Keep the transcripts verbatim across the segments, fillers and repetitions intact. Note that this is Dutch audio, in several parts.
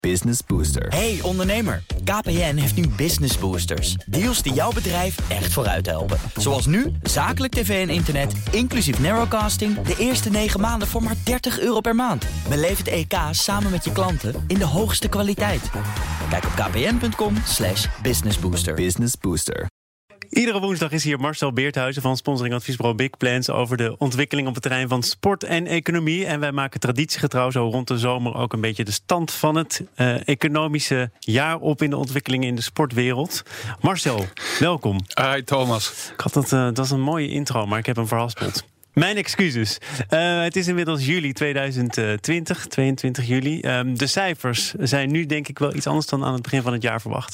Business Booster. Hey ondernemer, K P N heeft nu Business Boosters. Deals die jouw bedrijf echt vooruit helpen. Zoals nu, zakelijk tv en internet, inclusief narrowcasting... de eerste negen maanden voor maar dertig euro per maand. Beleef het E K samen met je klanten in de hoogste kwaliteit. Kijk op kpn.com slash businessbooster. Business Booster. Iedere woensdag is hier Marcel Beerthuizen van sponsoring adviesbureau Big Plans over de ontwikkeling op het terrein van sport en economie. En wij maken traditiegetrouw zo rond de zomer ook een beetje de stand van het uh, economische jaar op in de ontwikkelingen in de sportwereld. Marcel, welkom. Hi Thomas. Ik had dat, uh, dat is een mooie intro, maar ik heb hem verhaspeld. Mijn excuses. Uh, het is inmiddels juli tweeduizend twintig, tweeëntwintig juli. Um, de cijfers zijn nu denk ik wel iets anders dan aan het begin van het jaar verwacht.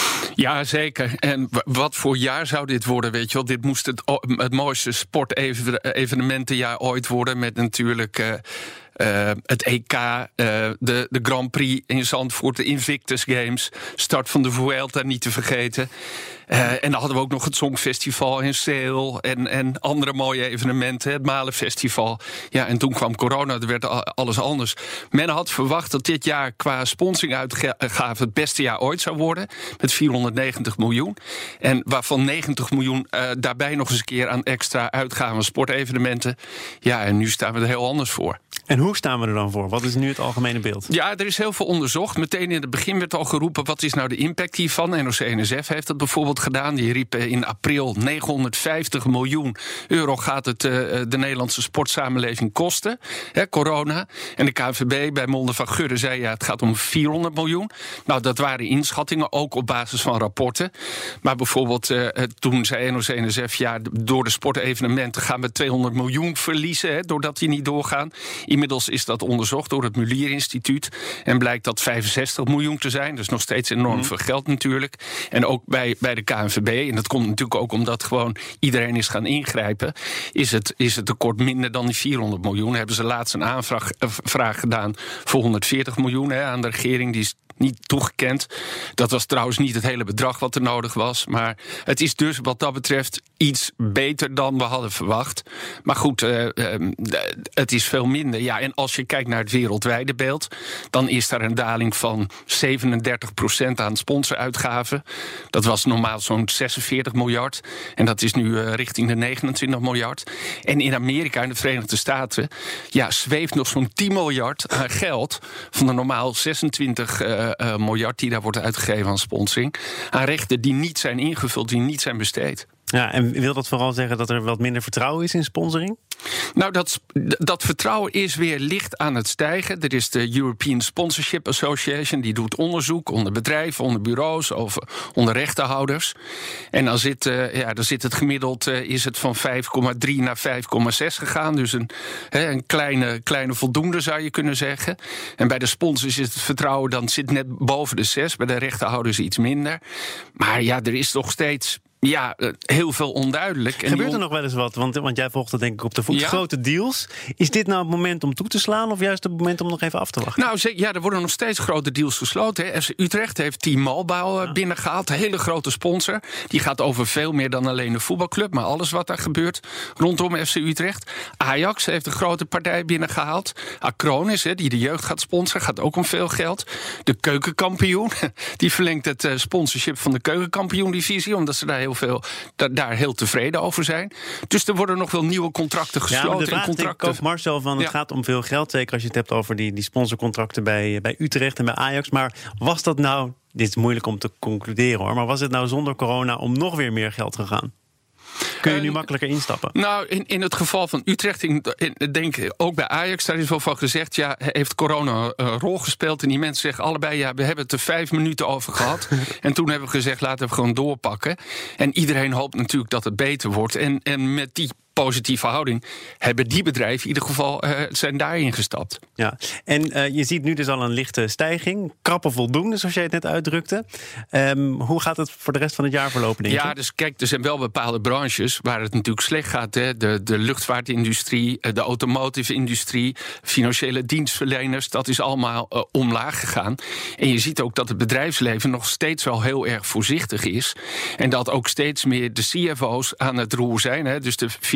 Ja, zeker. En wat voor jaar zou dit worden, weet je wel? Dit moest het, het mooiste sportevenementenjaar ooit worden... met natuurlijk uh, uh, het E K, uh, de, de Grand Prix in Zandvoort... de Invictus Games, start van de Vuelta niet te vergeten... Uh, en dan hadden we ook nog het Songfestival in Seel en, en andere mooie evenementen, het Malenfestival. Ja, en toen kwam corona, er werd alles anders. Men had verwacht dat dit jaar qua sponsoringuitgaven het beste jaar ooit zou worden, met vierhonderdnegentig miljoen. En waarvan negentig miljoen uh, daarbij nog eens een keer aan extra uitgaven aan sportevenementen. Ja, en nu staan we er heel anders voor. En hoe staan we er dan voor? Wat is nu het algemene beeld? Ja, er is heel veel onderzocht. Meteen in het begin werd al geroepen, wat is nou de impact hiervan? N O C N S F heeft dat bijvoorbeeld gedaan. Die riep in april negenhonderdvijftig miljoen euro gaat het uh, de Nederlandse sportsamenleving kosten. Hè, corona. En de K N V B bij Monde van Gudde zei ja, het gaat om vierhonderd miljoen. Nou, dat waren inschattingen, ook op basis van rapporten. Maar bijvoorbeeld uh, toen zei N O C N S F, ja, door de sportevenementen gaan we tweehonderd miljoen verliezen, hè, doordat die niet doorgaan. Inmiddels is dat onderzocht door het Mulier Instituut en blijkt dat vijfenzestig miljoen te zijn. Dus nog steeds enorm mm. veel geld natuurlijk. En ook bij, bij de K N V B, en dat komt natuurlijk ook omdat gewoon iedereen is gaan ingrijpen, is het, is het tekort minder dan die vierhonderd miljoen. Hebben ze laatst een aanvraag uh, vraag gedaan voor honderdveertig miljoen hè, aan de regering. Die is niet toegekend. Dat was trouwens niet het hele bedrag wat er nodig was. Maar het is dus wat dat betreft iets beter dan we hadden verwacht. Maar goed, uh, uh, het is veel minder. Ja, en als je kijkt naar het wereldwijde beeld, dan is daar een daling van zevenendertig procent aan sponsoruitgaven. Dat was normaal zo'n zesenveertig miljard. En dat is nu uh, richting de negenentwintig miljard. En in Amerika, in de Verenigde Staten, ja, zweeft nog zo'n tien miljard aan geld van de normaal zesentwintig uh, uh, miljard die daar wordt uitgegeven aan sponsoring, aan rechten die niet zijn ingevuld, die niet zijn besteed. Ja, en wil dat vooral zeggen dat er wat minder vertrouwen is in sponsoring? Nou, dat, dat vertrouwen is weer licht aan het stijgen. Er is de European Sponsorship Association, die doet onderzoek onder bedrijven, onder bureaus, over, onder rechtenhouders. En dan zit, uh, ja, dan zit het gemiddeld uh, is het van vijf komma drie naar vijf komma zes gegaan. Dus een, hè, een kleine, kleine voldoende zou je kunnen zeggen. En bij de sponsors is het vertrouwen dan zit net boven de zes, bij de rechtenhouders iets minder. Maar ja, er is toch steeds Ja, heel veel onduidelijk. En Gebeurt er on... nog wel eens wat? Want, want jij volgt dat denk ik op de voet. Ja. Grote deals. Is dit nou het moment om toe te slaan of juist het moment om nog even af te wachten? Nou, ja, er worden nog steeds grote deals gesloten. Hè. F C Utrecht heeft T-Mobile ja. binnengehaald. Een hele grote sponsor. Die gaat over veel meer dan alleen de voetbalclub, maar alles wat daar gebeurt rondom F C Utrecht. Ajax heeft een grote partij binnengehaald. Acronis, hè, die de jeugd gaat sponsoren, gaat ook om veel geld. De keukenkampioen, die verlengt het sponsorship van de keukenkampioen-divisie, omdat ze daar heel veel da- daar heel tevreden over zijn. Dus er worden nog wel nieuwe contracten gesloten. Ja, maar de vraag en contracten. ook, Marcel, van het ja. gaat om veel geld. Zeker als je het hebt over die, die sponsorcontracten bij, bij Utrecht en bij Ajax. Maar was dat nou, dit is moeilijk om te concluderen hoor, maar was het nou zonder corona om nog weer meer geld gegaan? Kun je nu uh, makkelijker instappen? Nou, in, in het geval van Utrecht, ik denk ook bij Ajax, daar is wel van gezegd, ja, heeft corona een rol gespeeld? En die mensen zeggen allebei, ja, we hebben het er vijf minuten over gehad. En toen hebben we gezegd, laten we gewoon doorpakken. En iedereen hoopt natuurlijk dat het beter wordt. En, en met die positieve houding hebben die bedrijven in ieder geval uh, zijn daarin gestapt. Ja, en uh, je ziet nu dus al een lichte stijging. Krappen voldoende, zoals jij het net uitdrukte. Um, hoe gaat het voor de rest van het jaar verlopen, denk je? Ja, dus kijk, er zijn wel bepaalde branches waar het natuurlijk slecht gaat. Hè. De, de luchtvaartindustrie, de automotive-industrie, financiële dienstverleners, dat is allemaal uh, omlaag gegaan. En je ziet ook dat het bedrijfsleven nog steeds wel heel erg voorzichtig is. En dat ook steeds meer de C F O's aan het roer zijn, hè, dus de financiële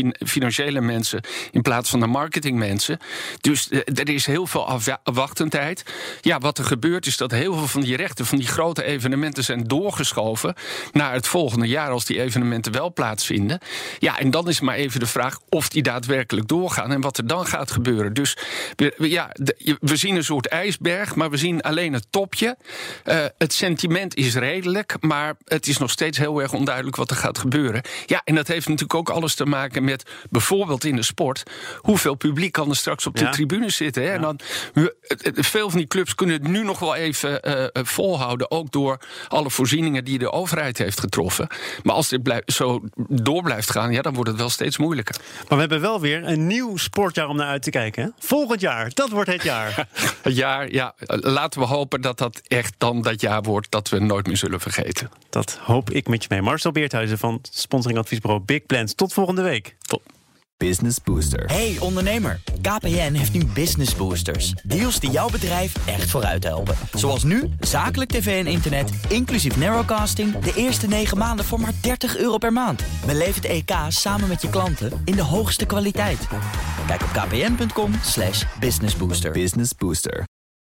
fin- financiële mensen in plaats van de marketingmensen. Dus uh, er is heel veel afwachtendheid. Ja, wat er gebeurt is dat heel veel van die rechten van die grote evenementen zijn doorgeschoven naar het volgende jaar als die evenementen wel plaatsvinden. Ja, en dan is maar even de vraag of die daadwerkelijk doorgaan en wat er dan gaat gebeuren. Dus we, ja, de, we zien een soort ijsberg, maar we zien alleen het topje. Uh, het sentiment is redelijk, maar het is nog steeds heel erg onduidelijk wat er gaat gebeuren. Ja, en dat heeft natuurlijk ook alles te maken met bijvoorbeeld in de sport. Hoeveel publiek kan er straks op de ja. tribune zitten? Hè? Ja. En dan, veel van die clubs kunnen het nu nog wel even uh, volhouden, ook door alle voorzieningen die de overheid heeft getroffen. Maar als dit blijf, zo door blijft gaan, ja, dan wordt het wel steeds moeilijker. Maar we hebben wel weer een nieuw sportjaar om naar uit te kijken. Hè? Volgend jaar, dat wordt het jaar. Het jaar, ja. Laten we hopen dat dat echt dan dat jaar wordt dat we nooit meer zullen vergeten. Dat hoop ik met je mee. Marcel Beerthuizen van sponsoringadviesbureau Big Plans. Tot volgende week. Tot. Business Booster. Hey ondernemer, K P N heeft nu Business Boosters. Deals die jouw bedrijf echt vooruit helpen. Zoals nu, zakelijk tv en internet, inclusief narrowcasting, de eerste negen maanden voor maar dertig euro per maand. Beleef het E K samen met je klanten in de hoogste kwaliteit. Kijk op kpn punt com slash businessbooster. Business Booster.